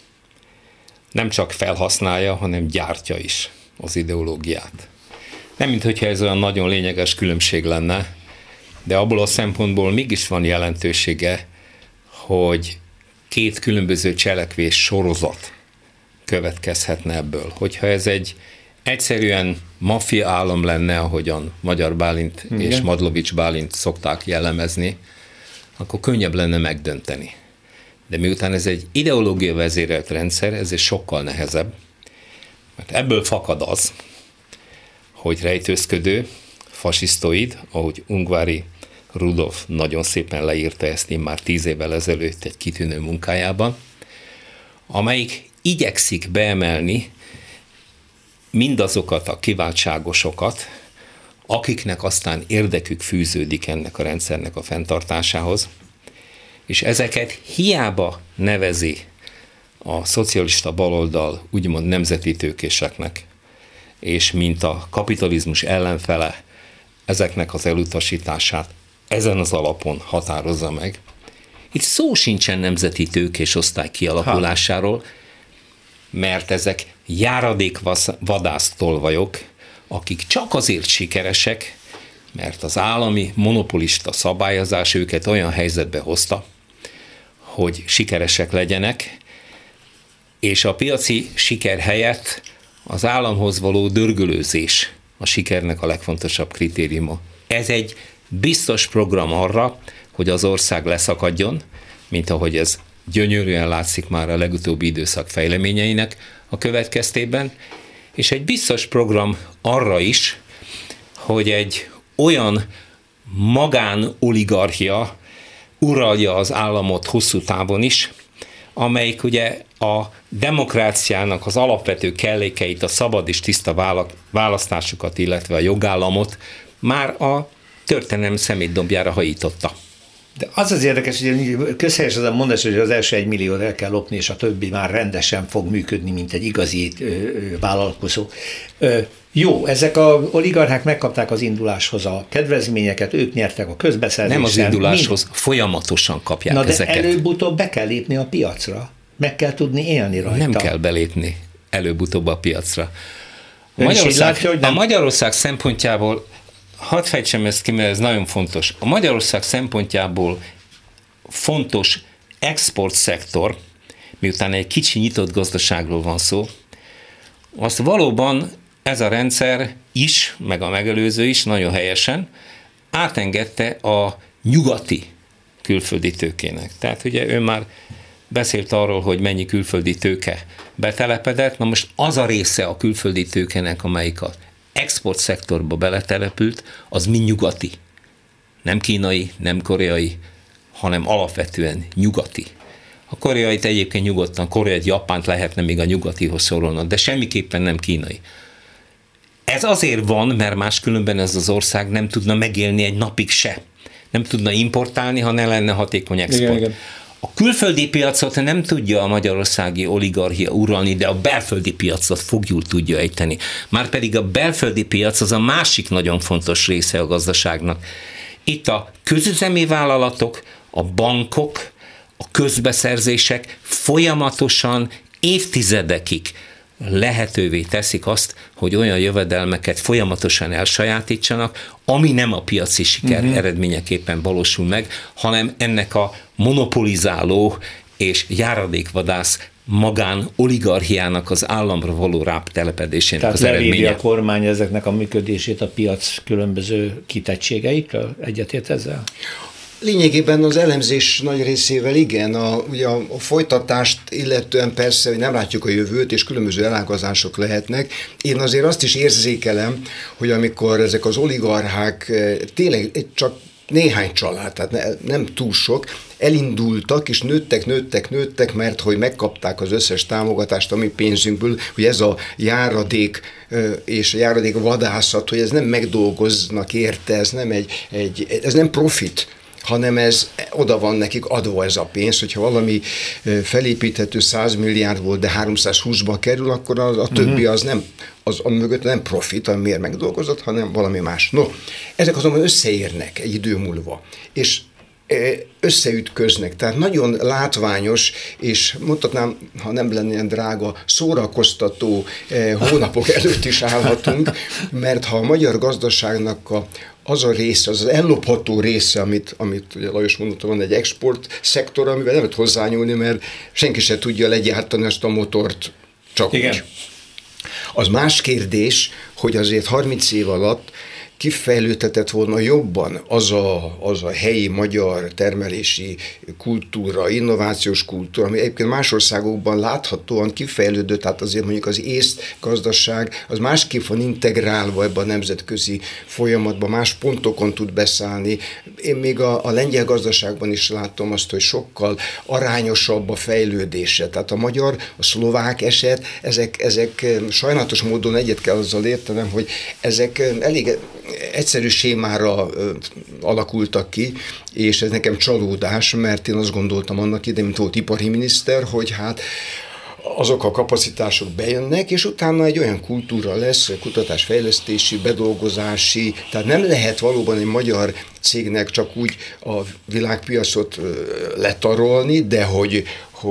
Nem csak felhasználja, hanem gyártja is az ideológiát. Nem minthogyha ez olyan nagyon lényeges különbség lenne, de abból a szempontból mégis van jelentősége, hogy két különböző cselekvés sorozat következhetne ebből. Hogyha ez egy egyszerűen maffia állam lenne, ahogyan Magyar Bálint és Madlovics Bálint szokták jellemezni, akkor könnyebb lenne megdönteni. De miután ez egy ideológia vezérelt rendszer, ez sokkal nehezebb, mert ebből fakad az, hogy rejtőzködő, fasisztoid, ahogy Ungvári Rudolf nagyon szépen leírta ezt már 10 évvel ezelőtt egy kitűnő munkájában, amelyik igyekszik beemelni mindazokat a kiváltságosokat, akiknek aztán érdekük fűződik ennek a rendszernek a fenntartásához, és ezeket hiába nevezi a szocialista baloldal úgymond nemzeti tőkéseknek, és mint a kapitalizmus ellenfele ezeknek az elutasítását ezen az alapon határozza meg. Itt szó sincsen nemzeti tőkés osztály kialakulásáról, mert ezek járadékvadász tolvajok, akik csak azért sikeresek, mert az állami monopolista szabályozás őket olyan helyzetbe hozta, hogy sikeresek legyenek, és a piaci siker helyett az államhoz való dörgölőzés a sikernek a legfontosabb kritériuma. Ez egy biztos program arra, hogy az ország leszakadjon, mint ahogy ez gyönyörűen látszik már a legutóbbi időszak fejleményeinek a következtében, és egy biztos program arra is, hogy egy olyan magánoligarchia uralja az államot hosszú távon is, amelyik ugye a demokráciának az alapvető kellékeit, a szabad és tiszta választásokat, illetve a jogállamot már a történelem szemétdombjára hajította. De az az érdekes, hogy közhelyes az a mondás, hogy az első 1 milliót el kell lopni, és a többi már rendesen fog működni, mint egy igazi vállalkozó. Jó, ezek az oligarchák megkapták az induláshoz a kedvezményeket, ők nyertek a közbeszerzésen. Nem az induláshoz, folyamatosan kapják ezeket. Na de előbb-utóbb be kell lépni a piacra. Meg kell tudni élni rajta. Nem kell belépni előbb-utóbb a piacra. A Magyarország szempontjából, hadd fejtsem ezt ki, mert ez nagyon fontos. A Magyarország szempontjából fontos exportszektor, miután egy kicsi nyitott gazdaságról van szó, azt valóban ez a rendszer is, meg a megelőző is nagyon helyesen átengedte a nyugati külföldi tőkének. Tehát ugye ő már beszélt arról, hogy mennyi külföldi tőke betelepedett, na most az a része a külföldi tőkenek, amelyik az export szektorba beletelepült, az mind nyugati. Nem kínai, nem koreai, hanem alapvetően nyugati. A koreait egyébként nyugodtan, Koreát, Japánt lehetne még a nyugatihoz sorolni, de semmiképpen nem kínai. Ez azért van, mert máskülönben ez az ország nem tudna megélni egy napig se. Nem tudna importálni, ha ne lenne hatékony export. Igen. A külföldi piacot nem tudja a magyarországi oligarchia uralni, de a belföldi piacot fogjul tudja ejteni. Márpedig a belföldi piac az a másik nagyon fontos része a gazdaságnak. Itt a közüzemi vállalatok, a bankok, a közbeszerzések folyamatosan évtizedekig lehetővé teszik azt, hogy olyan jövedelmeket folyamatosan elsajátítsanak, ami nem a piaci siker eredményeképpen valósul meg, hanem ennek a monopolizáló és járadékvadász magán oligarchiának az államra való rátelepedésének az eredménye. Tehát levédi a kormány ezeknek a működését a piac különböző kitettségeikről? Egyetért ezzel? Lényegében az elemzés nagy részével igen, ugye a folytatást illetően persze, hogy nem látjuk a jövőt, és különböző elágazások lehetnek. Én azért azt is érzékelem, hogy amikor ezek az oligarchák tényleg csak néhány család, tehát nem túl sok, elindultak, és nőttek, mert hogy megkapták az összes támogatást a mi pénzünkből, hogy ez a járadék és a járadék vadászat, hogy ez nem megdolgoznak érte, ez nem ez nem profit, hanem ez oda van nekik adva ez a pénz, hogyha valami felépíthető 100 milliárd volt, de 320-ba kerül, akkor a többi az nem, az mögött nem profit, ami miért megdolgozott, hanem valami más. No, ezek azonban összeérnek egy idő múlva, és összeütköznek, tehát nagyon látványos, és mondhatnám, ha nem lenne ilyen drága, szórakoztató hónapok előtt is állhatunk, mert ha a magyar gazdaságnak az a része, az ellopható része, amit ugye Lajos mondta, van egy export szektor, amivel nem lehet hozzányúlni, mert senki se tudja legyártani ezt a motort csak igen. Úgy. Az más kérdés, hogy azért 30 év alatt kifejlődhetett volna jobban az a helyi magyar termelési kultúra, innovációs kultúra, ami egyébként más országokban láthatóan kifejlődött, tehát azért mondjuk az észt gazdaság az másképp van integrálva ebben a nemzetközi folyamatban, más pontokon tud beszállni. Én még a lengyel gazdaságban is látom azt, hogy sokkal arányosabb a fejlődése. Tehát a magyar, a szlovák eset, ezek sajnálatos módon egyet kell azzal értenem, hogy ezek elég egyszerű sémára alakultak ki, és ez nekem csalódás, mert én azt gondoltam annak idején, mint volt ipari miniszter, hogy hát azok a kapacitások bejönnek, és utána egy olyan kultúra lesz, kutatásfejlesztési, bedolgozási, tehát nem lehet valóban egy magyar cégnek csak úgy a világpiacot letarolni, de hogy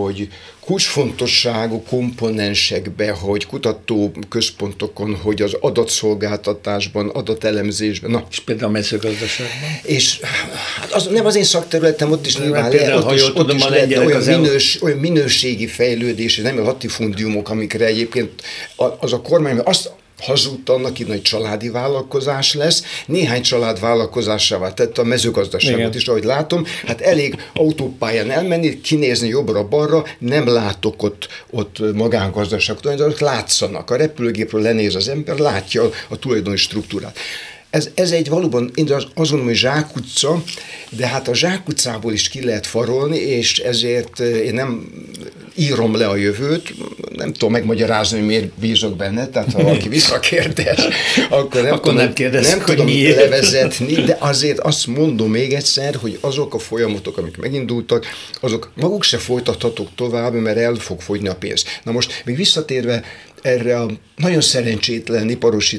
kulcsfontosságú komponensekbe, hogy kutatóközpontokon, hogy az adatszolgáltatásban, adatelemzésben. Na. És például a mezőgazdaságban? És az, nem az én szakterületem, ott is nyilván ott is lehet olyan minőségi fejlődés, nem a latifundiumok, amikre egyébként az a kormány azt hazudta annak idején, hogy családi vállalkozás lesz. Néhány család vállalkozásává tette a mezőgazdaságot is, ahogy látom. Hát elég autópályán elmenni, kinézni jobbra-balra, nem látok ott magángazdaságot, de látszanak. A repülőgépről lenéz az ember, látja a tulajdoni struktúrát. Ez egy valóban, én azt mondom, hogy zsákutca, de hát a zsákutcából is ki lehet farolni, és ezért én nem írom le a jövőt, nem tudom megmagyarázni, hogy miért bízok benne, tehát ha valaki visszakérdez, akkor nem tudom levezetni, de azért azt mondom még egyszer, hogy azok a folyamatok, amik megindultak, azok maguk se folytathatók tovább, mert el fog fogyni a pénz. Na most, még visszatérve erre a nagyon szerencsétlen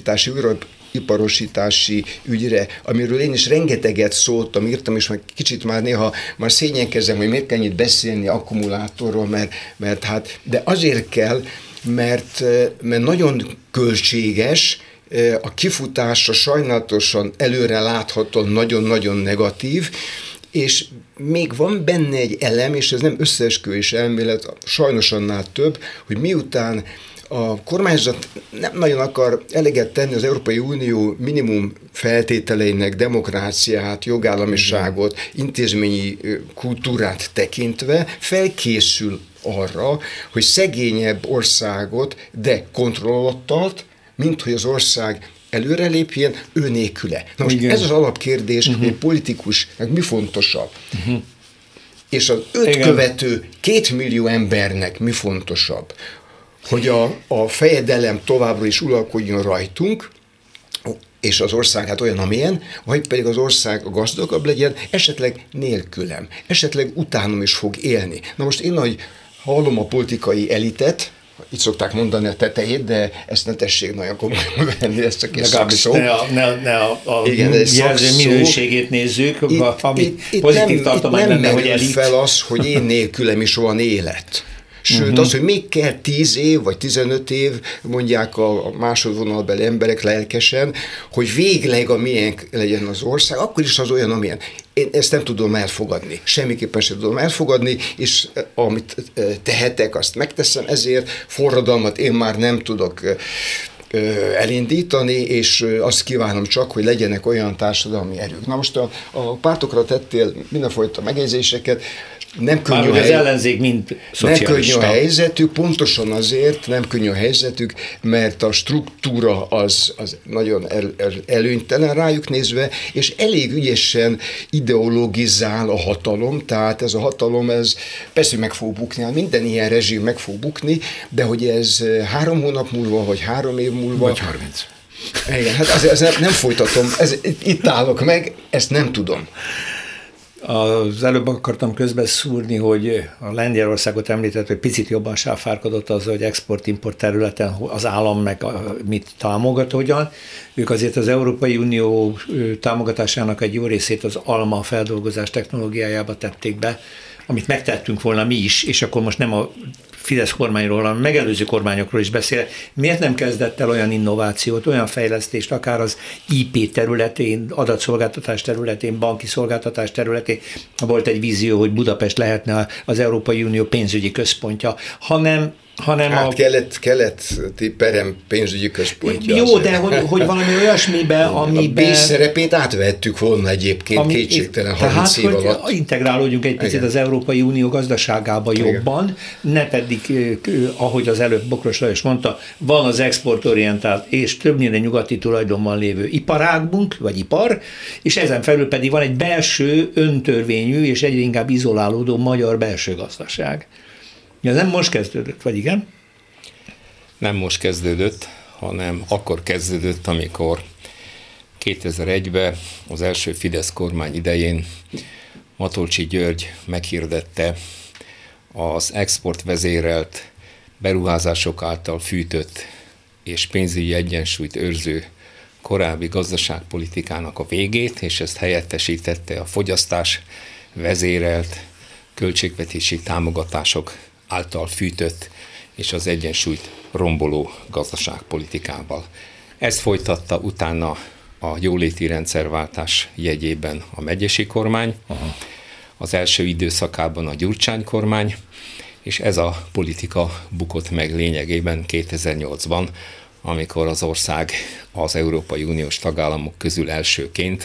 iparosítási ügyre, amiről én is rengeteget szóltam, írtam, és meg kicsit már néha már szégyenkezem, hogy miért kell ennyit beszélni akkumulátorról, mert hát, de azért kell, mert nagyon költséges, a kifutása sajnálatosan előre láthatóan nagyon-nagyon negatív, és még van benne egy elem, és ez nem összeesküvés elmélet, sajnos annál több, hogy miután a kormányzat nem nagyon akar eleget tenni az Európai Unió minimum feltételeinek, demokráciát, jogállamiságot, intézményi kultúrát tekintve felkészül arra, hogy szegényebb országot, de kontroll alatt tart, mint hogy az ország előrelépjen ő nélküle. Na most ez az alapkérdés, hogy egy politikusnak mi fontosabb? És az 5 követő 2 millió embernek mi fontosabb? Hogy a fejedelem továbbra is uralkodjon rajtunk, és az ország hát olyan, amilyen, vagy pedig az ország gazdagabb legyen, esetleg nélkülem, esetleg utánam is fog élni. Na most én, ahogy hallom a politikai elitet, így szokták mondani a tetejét, de ezt ne tessék nagyon komolyan venni, ez csak egy szakszó. Ne a jelző minőségét nézzük, ami pozitív tartomány lenne, hogy elit. Nem fel az, hogy én nélkülem is van élet. Sőt, az, hogy még kell 10 év, vagy 15 év, mondják a másodvonalbeli emberek lelkesen, hogy végleg a miénk legyen az ország, akkor is az olyan, amilyen. Én ezt nem tudom elfogadni. Semmiképpen sem tudom elfogadni, és amit tehetek, azt megteszem, ezért forradalmat én már nem tudok elindítani, és azt kívánom csak, hogy legyenek olyan társadalmi erők. Na most a pártokra tettél mindenfajta megjegyzéseket, nem könnyű, az ellenzék mind szocialista. Nem könnyű a helyzetük, pontosan azért nem könnyű a helyzetük, mert a struktúra az nagyon előnytelen rájuk nézve, és elég ügyesen ideologizál a hatalom, tehát ez a hatalom, ez persze meg fog bukni, minden ilyen rezsim meg fog bukni, de hogy ez 3 hónap múlva, vagy 3 év múlva. Vagy 30. Igen, hát ez nem folytatom, itt állok meg, ezt nem tudom. Az előbb akartam közbeszúrni, hogy a Lengyelországot említett, hogy picit jobban sáfárkodott az, hogy export-import területen az állam meg mit támogat hogyan. Ők azért az Európai Unió támogatásának egy jó részét az alma feldolgozás technológiájába tették be, amit megtettünk volna mi is, és akkor most nem a Fidesz kormányról, hanem megelőző kormányokról is beszél. Miért nem kezdett el olyan innovációt, olyan fejlesztést, akár az IP területén, adatszolgáltatás területén, banki szolgáltatás területén, volt egy vízió, hogy Budapest lehetne az Európai Unió pénzügyi központja, hanem hát keleti perem pénzügyi központja. Jó, de hogy valami olyasmiben, amiben... A B szerepét átvettük volna egyébként kétségtelen 30 év alatt. Tehát, hogy integrálódjunk egy picit az Európai Unió gazdaságába jobban, ne pedig, ahogy az előbb Bokros Lajos mondta, van az exportorientált és többnyire nyugati tulajdonban lévő iparágunk, vagy ipar, és ezen felül pedig van egy belső, öntörvényű és egyre inkább izolálódó magyar belső gazdaság. Ja, nem most kezdődött, vagy igen? Nem most kezdődött, hanem akkor kezdődött, amikor 2001-ben az első Fidesz kormány idején Matolcsy György meghirdette az exportvezérelt, beruházások által fűtött és pénzügyi egyensúlyt őrző korábbi gazdaságpolitikának a végét, és ezt helyettesítette a fogyasztás vezérelt költségvetési támogatások által fűtött és az egyensúlyt romboló gazdaságpolitikával. Ezt folytatta utána a jóléti rendszerváltás jegyében a megyesi kormány, az első időszakában a Gyurcsány kormány, és ez a politika bukott meg lényegében 2008-ban, amikor az ország az Európai Uniós tagállamok közül elsőként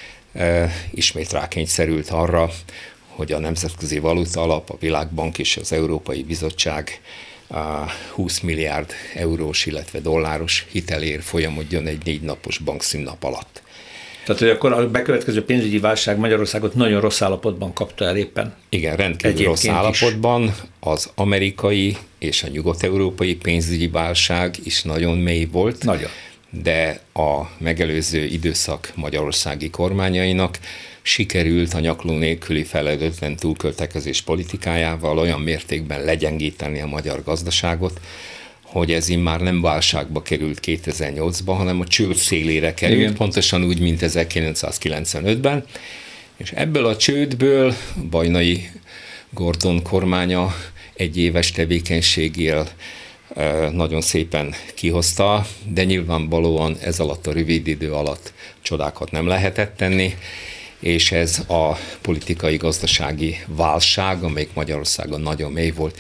ismét rákényszerült arra, hogy a Nemzetközi Valuta Alap, a Világbank és az Európai Bizottság 20 milliárd eurós, illetve dolláros hitelért folyamodjon egy 4 napos bankszünnap alatt. Tehát, hogy akkor a bekövetkező pénzügyi válság Magyarországot nagyon rossz állapotban kapta el éppen. Igen, rendkívül rossz állapotban. Az amerikai és a nyugat-európai pénzügyi válság is nagyon mély volt. Nagyon. De a megelőző időszak magyarországi kormányainak sikerült a nyakló nélküli felelőtlen túlköltekezés politikájával olyan mértékben legyengíteni a magyar gazdaságot, hogy ez immár nem válságba került 2008-ban, hanem a csőd szélére került, igen, pontosan úgy, mint 1995-ben, és ebből a csődből Bajnai Gordon kormánya egy éves tevékenységével nagyon szépen kihozta, de nyilvánvalóan ez alatt a rövid idő alatt csodákat nem lehetett tenni, és ez a politikai-gazdasági válság, amelyik Magyarországon nagyon mély volt,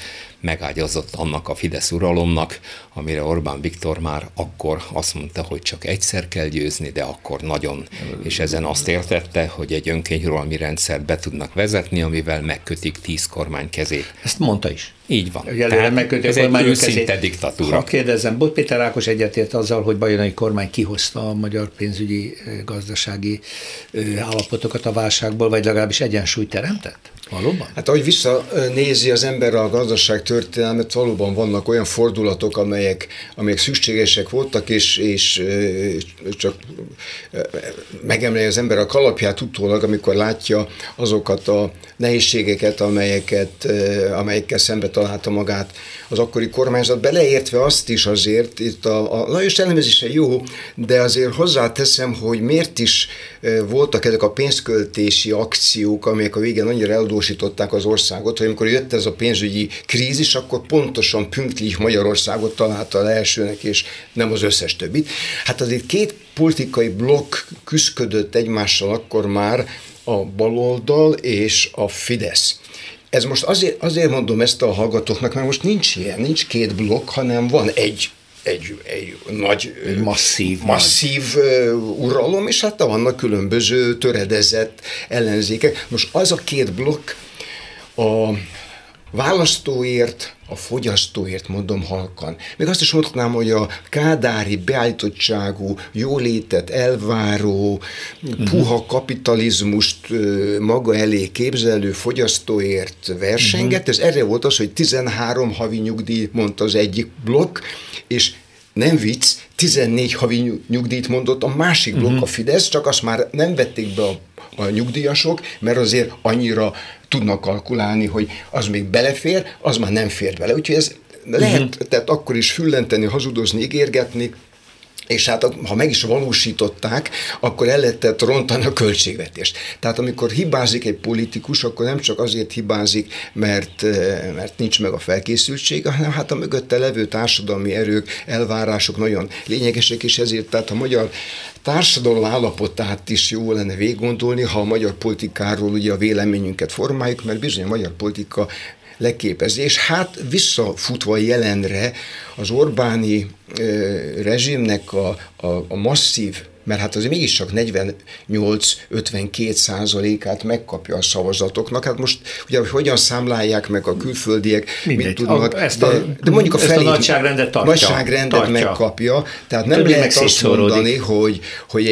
megágyazott annak a Fidesz uralomnak, amire Orbán Viktor már akkor azt mondta, hogy csak egyszer kell győzni, de akkor nagyon. És ezen azt értette, hogy egy önkényuralmi rendszert be tudnak vezetni, amivel megkötik 10 kormány kezét. Ezt mondta is. Így van. Ez egy őszinte diktatúra. Ha kérdezem, Bot Péter Ákos egyetért azzal, hogy bajnai kormány kihozta a magyar pénzügyi, gazdasági állapotokat a válságból, vagy legalábbis egyensúlyt teremtett? Valóban? Hát ahogy visszanézi az ember a gazdaság történelmet, valóban vannak olyan fordulatok, amelyek szükségesek voltak, és csak megemeli az ember a kalapját utólag, amikor látja azokat a nehézségeket, amelyekkel szembe találta magát az akkori kormányzat, beleértve azt is azért, itt a Lajos elemzése jó, de azért hozzáteszem, hogy miért is voltak ezek a pénzköltési akciók, amelyek a végén annyira eldósították az országot, hogy amikor jött ez a pénzügyi krízis, akkor pontosan pünktlich Magyarországot találta el elsőnek, és nem az összes többit. Hát azért két politikai blokk küszködött egymással akkor már, a baloldal és a Fidesz. Ez most azért mondom ezt a hallgatóknak, mert most nincs két blokk, hanem van egy nagy, masszív uralom, és hát vannak különböző töredezett ellenzékek. Most az a két blokk a választóért, a fogyasztóért, mondom halkan. Még azt is mondhatnám, hogy a kádári beállítottságú, jólétet elváró, puha kapitalizmust maga elé képzelő fogyasztóért versengett. Ez erre volt az, hogy 13 havi nyugdíj mondta az egyik blokk, és nem vicc, 14 havi nyugdíjt mondott a másik blokk, a Fidesz, csak azt már nem vették be a nyugdíjasok, mert azért annyira tudnak kalkulálni, hogy az még belefér, az már nem fér bele. Úgyhogy ez lehet tehát akkor is füllenteni, hazudozni, ígérgetni, és hát ha meg is valósították, akkor el lehetett rontani a költségvetést. Tehát amikor hibázik egy politikus, akkor nem csak azért hibázik, mert nincs meg a felkészültsége, hanem hát a mögötte levő társadalmi erők, elvárások nagyon lényegesek, és ezért tehát a magyar társadalom állapotát is jó lenne végiggondolni, ha a magyar politikáról ugye a véleményünket formáljuk, mert bizony a magyar politika leképezi. És hát visszafutva jelenre az Orbáni rezsimnek a masszív, mert hát azért mégiscsak 48-52%-át megkapja a szavazatoknak. Hát most ugye hogyan számlálják meg a külföldiek, mit tudnak, de mondjuk a felét, nagyságrendet megkapja. Tehát nem lehet azt mondani, hogy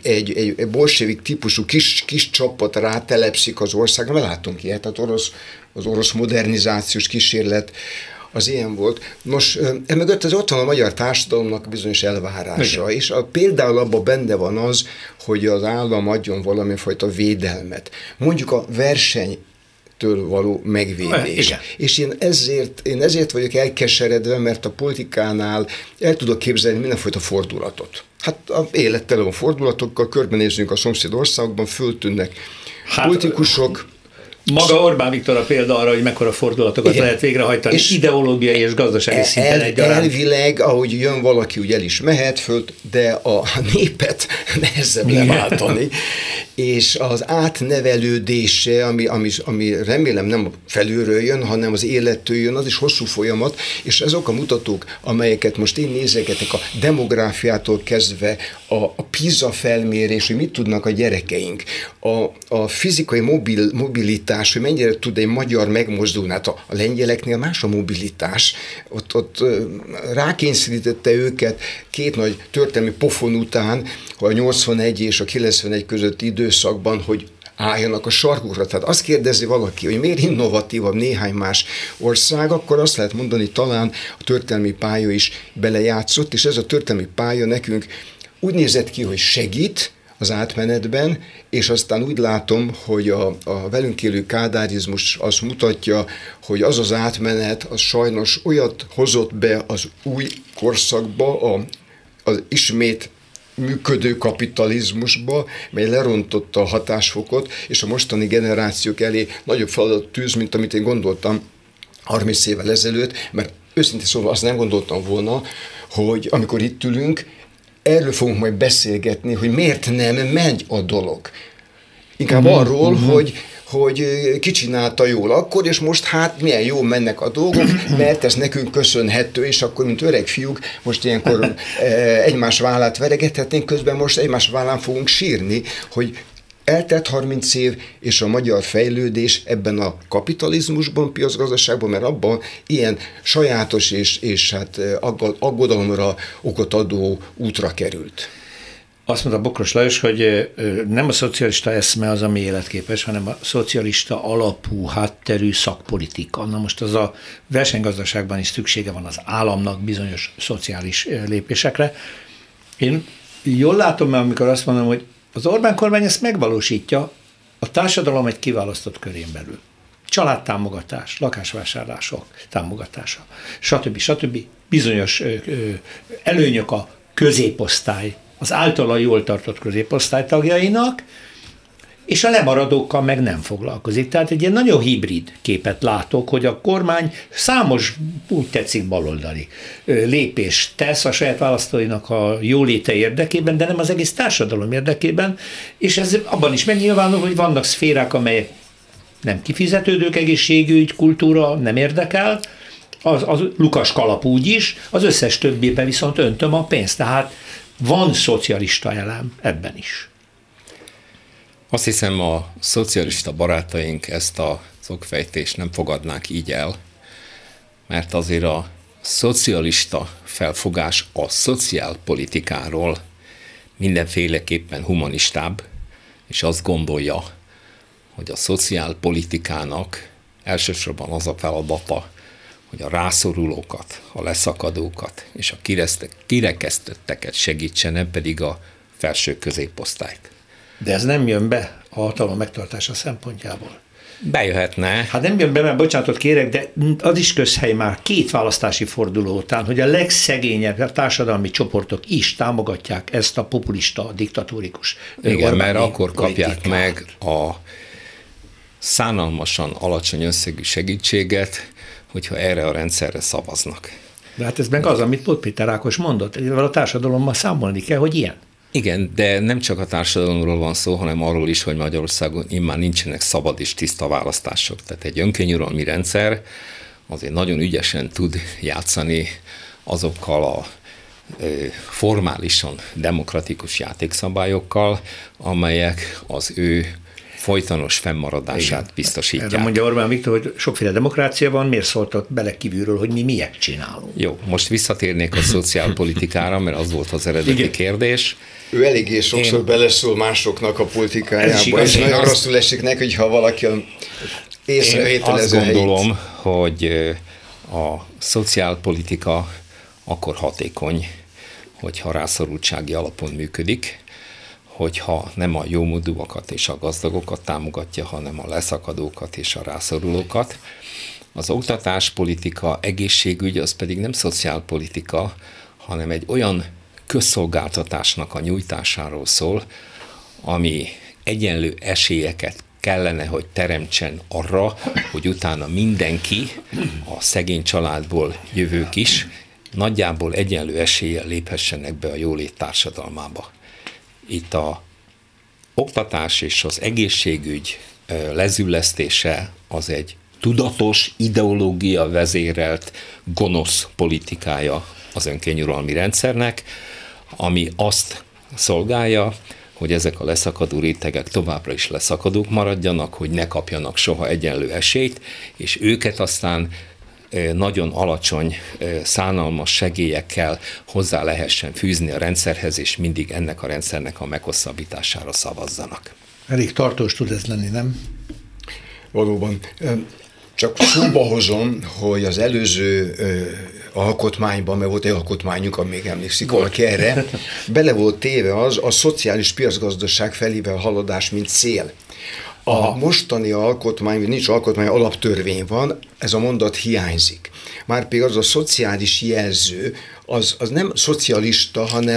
egy bolsevik típusú kis csapat rátelepszik az országra, mert látunk ilyet, tehát az orosz modernizációs kísérlet az ilyen volt. Nos, emögött ott van a magyar társadalomnak bizonyos elvárása, és például abban benne van az, hogy az állam adjon valamifajta védelmet. Mondjuk a versenytől való megvédés. És én ezért vagyok elkeseredve, mert a politikánál el tudok képzelni mindenfajta fordulatot. Hát a élettelen van fordulatokkal, körbenézzünk a szomszéd országokban, föltűnnek politikusok. Maga Orbán Viktor a példa arra, hogy mekkora fordulatokat lehet végrehajtani, és ideológiai és gazdasági szinten egyaránt. Elvileg, ahogy jön valaki, úgy el is mehet föl, de a népet nehezebb leváltani, és az átnevelődése, ami remélem nem felülről jön, hanem az élettől jön, az is hosszú folyamat, és azok a mutatók, amelyeket most én nézegetek, a demográfiától kezdve, a PISA felmérés, hogy mit tudnak a gyerekeink, a fizikai mobilitás, hogy mennyire tud egy magyar megmozdulni, hát a lengyeleknél más a mobilitás, ott rákényszerítette őket két nagy történelmi pofon után, a 81 és a 91 közötti időszakban, hogy álljanak a sarkukra. Tehát azt kérdezi valaki, hogy miért innovatívabb néhány más ország, akkor azt lehet mondani, talán a történelmi pálya is belejátszott, és ez a történelmi pálya nekünk úgy nézett ki, hogy segít az átmenetben, és aztán úgy látom, hogy a velünk élő kádárizmus azt mutatja, hogy az átmenet, az sajnos olyat hozott be az új korszakba, az ismét működő kapitalizmusba, mely lerontotta a hatásfokot, és a mostani generációk elé nagyobb feladat tűz, mint amit én gondoltam 30 évvel ezelőtt, mert őszintén szóval azt nem gondoltam volna, hogy amikor itt ülünk, erről fogunk majd beszélgetni, hogy miért nem megy a dolog. Inkább arról, hogy ki csinálta jól akkor, és most hát milyen jól mennek a dolgok, mert ez nekünk köszönhető, és akkor, mint öreg fiúk, most ilyenkor egymás vállát veregethetnénk, közben most egymás vállán fogunk sírni, hogy eltelt 30 év, és a magyar fejlődés ebben a kapitalizmusban, piacgazdaságban, mert abban ilyen sajátos és hát aggodalomra okot adó útra került. Azt mondta Bokros Lajos, hogy nem a szocialista eszme az, ami életképes, hanem a szocialista alapú hátterű szakpolitika. Na most az a versenygazdaságban is szüksége van az államnak bizonyos szociális lépésekre. Én jól látom, mert amikor azt mondom, hogy az Orbán kormány ezt megvalósítja a társadalom egy kiválasztott körén belül. Családtámogatás, lakásvásárlások támogatása, stb. Bizonyos előnyök a középosztály, az általa jól tartott középosztály tagjainak, és a lemaradókkal meg nem foglalkozik. Tehát egy ilyen nagyon hibrid képet látok, hogy a kormány számos, úgy tetszik, baloldali lépést tesz a saját választóinak a jóléte érdekében, de nem az egész társadalom érdekében, és ez abban is megnyilvánul, hogy vannak szférák, amelyek nem kifizetődők, egészségügy, kultúra nem érdekel, az Lukas kalap úgy is, az összes többiben viszont öntöm a pénzt, tehát van szocialista elem ebben is. Azt hiszem, a szocialista barátaink ezt a okfejtést nem fogadnák így el, mert azért a szocialista felfogás a szociálpolitikáról mindenféleképpen humanistább, és azt gondolja, hogy a szociálpolitikának elsősorban az a feladata, hogy a rászorulókat, a leszakadókat és a kirekesztetteket segítsen, nem pedig a felső középosztályt. De ez nem jön be a hatalom megtartása szempontjából. Bejöhetne. Hát nem jön be, mert bocsánatot kérek, de az is közhely már 2 választási forduló után, hogy a legszegényebb társadalmi csoportok is támogatják ezt a populista, diktatórikus. Igen, mert akkor kapják meg a szánalmasan alacsony összegű segítséget, hogyha erre a rendszerre szavaznak. De hát ez meg az, amit Tóth Péter Ákos mondott, a társadalommal számolni kell, hogy ilyen. Igen, de nem csak a társadalomról van szó, hanem arról is, hogy Magyarországon immár nincsenek szabad és tiszta választások. Tehát egy önkényuralmi rendszer azért nagyon ügyesen tud játszani azokkal a formálisan demokratikus játékszabályokkal, amelyek az ő folytonos fennmaradását biztosítják. Erre mondja Orbán Viktor, hogy sokféle demokrácia van, miért szóltak bele kívülről, hogy mi miért csinálunk? Jó, most visszatérnék a szociálpolitikára, mert az volt az eredeti kérdés. Ő eléggé sokszor beleszól másoknak a politikájába, és nagyon rosszul esik neki, hogyha valaki észrevételező helyét. Azt gondolom, hogy a szociálpolitika akkor hatékony, hogyha rászorultsági alapon működik, hogyha nem a jómódúakat és a gazdagokat támogatja, hanem a leszakadókat és a rászorulókat. Az oktatáspolitika, egészségügy az pedig nem szociálpolitika, hanem egy olyan közszolgáltatásnak a nyújtásáról szól, ami egyenlő esélyeket kellene, hogy teremtsen arra, hogy utána mindenki, a szegény családból jövők is, nagyjából egyenlő eséllyel léphessenek be a jólét társadalmába. Itt a oktatás és az egészségügy lezüllesztése az egy tudatos, ideológia vezérelt, gonosz politikája az önkényuralmi rendszernek, ami azt szolgálja, hogy ezek a leszakadó rétegek továbbra is leszakadók maradjanak, hogy ne kapjanak soha egyenlő esélyt, és őket aztán nagyon alacsony, szánalmas segélyekkel hozzá lehessen fűzni a rendszerhez, és mindig ennek a rendszernek a meghosszabbítására szavazzanak. Elég tartós tud ez lenni, nem? Valóban. Csak szóba hozom, hogy az előző alkotmányban, mert volt egy alkotmányunk, amíg emlékszik valaki erre, bele volt téve az a szociális piacgazdaság felével haladás, mint cél. A mostani alkotmány, nincs alkotmány, alaptörvény van, ez a mondat hiányzik. Márpedig az a szociális jelző, az nem szocialista, hanem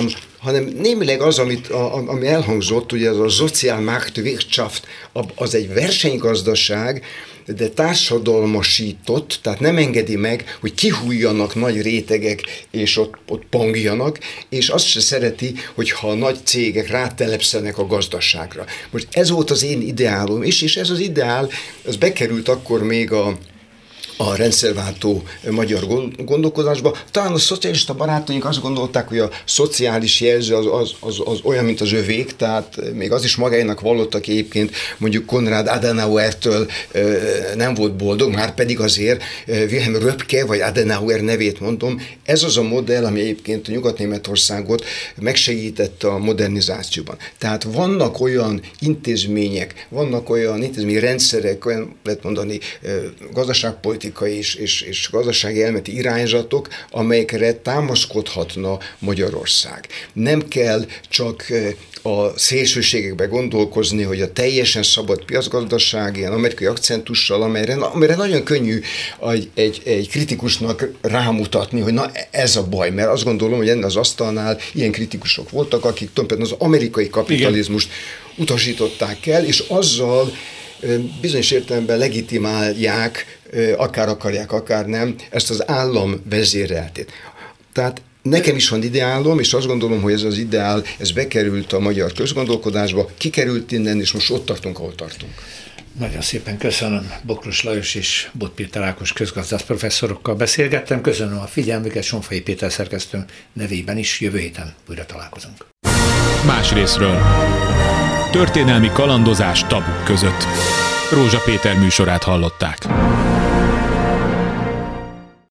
hanem némileg az, ami elhangzott, ugye az a Sozialmarktwirtschaft, az egy versenygazdaság, de társadalmasított, tehát nem engedi meg, hogy kihújjanak nagy rétegek, és ott pongjanak, és azt se szereti, hogyha a nagy cégek rátelepszenek a gazdaságra. Most ez volt az én ideálom is, és ez az ideál, ez bekerült akkor még a rendszerváltó magyar gondolkodásba. Talán a szocialista barátaink azt gondolták, hogy a szociális jelző az olyan, mint az övék, tehát még az is magáénak vallottak egyébként, mondjuk Konrad Adenauertől nem volt boldog, már pedig azért Wilhelm Röpke, vagy Adenauer nevét mondom, ez az a modell, ami egyébként a Nyugat-Németországot megsegítette a modernizációban. Tehát vannak olyan intézmények, vannak olyan intézményrendszerek, olyan lehet mondani gazdaságpolitikai és gazdasági elméleti irányzatok, amelyekre támaszkodhatna Magyarország. Nem kell csak a szélsőségekbe gondolkozni, hogy a teljesen szabad piacgazdaság, ilyen amerikai akcentussal, amire nagyon könnyű egy kritikusnak rámutatni, hogy na ez a baj, mert azt gondolom, hogy ennél az asztalnál ilyen kritikusok voltak, akik tulajdonképpen az amerikai kapitalizmust utasították el, és azzal bizonyos értelemben legitimálják, akár akarják, akár nem, ezt az állam vezéreltét. Tehát nekem is van ideálom, és azt gondolom, hogy ez az ideál, ez bekerült a magyar közgondolkodásba, kikerült innen, és most ott tartunk, ahol tartunk. Nagyon szépen köszönöm. Bokros Lajos és Bot Péter Ákos közgazdász professzorokkal beszélgettem. Köszönöm a figyelmüket, Sonfai Péter szerkesztő nevében is. Jövő héten újra találkozunk. Más részről. Történelmi kalandozás tabuk között. Rózsa Péter műsorát hallották.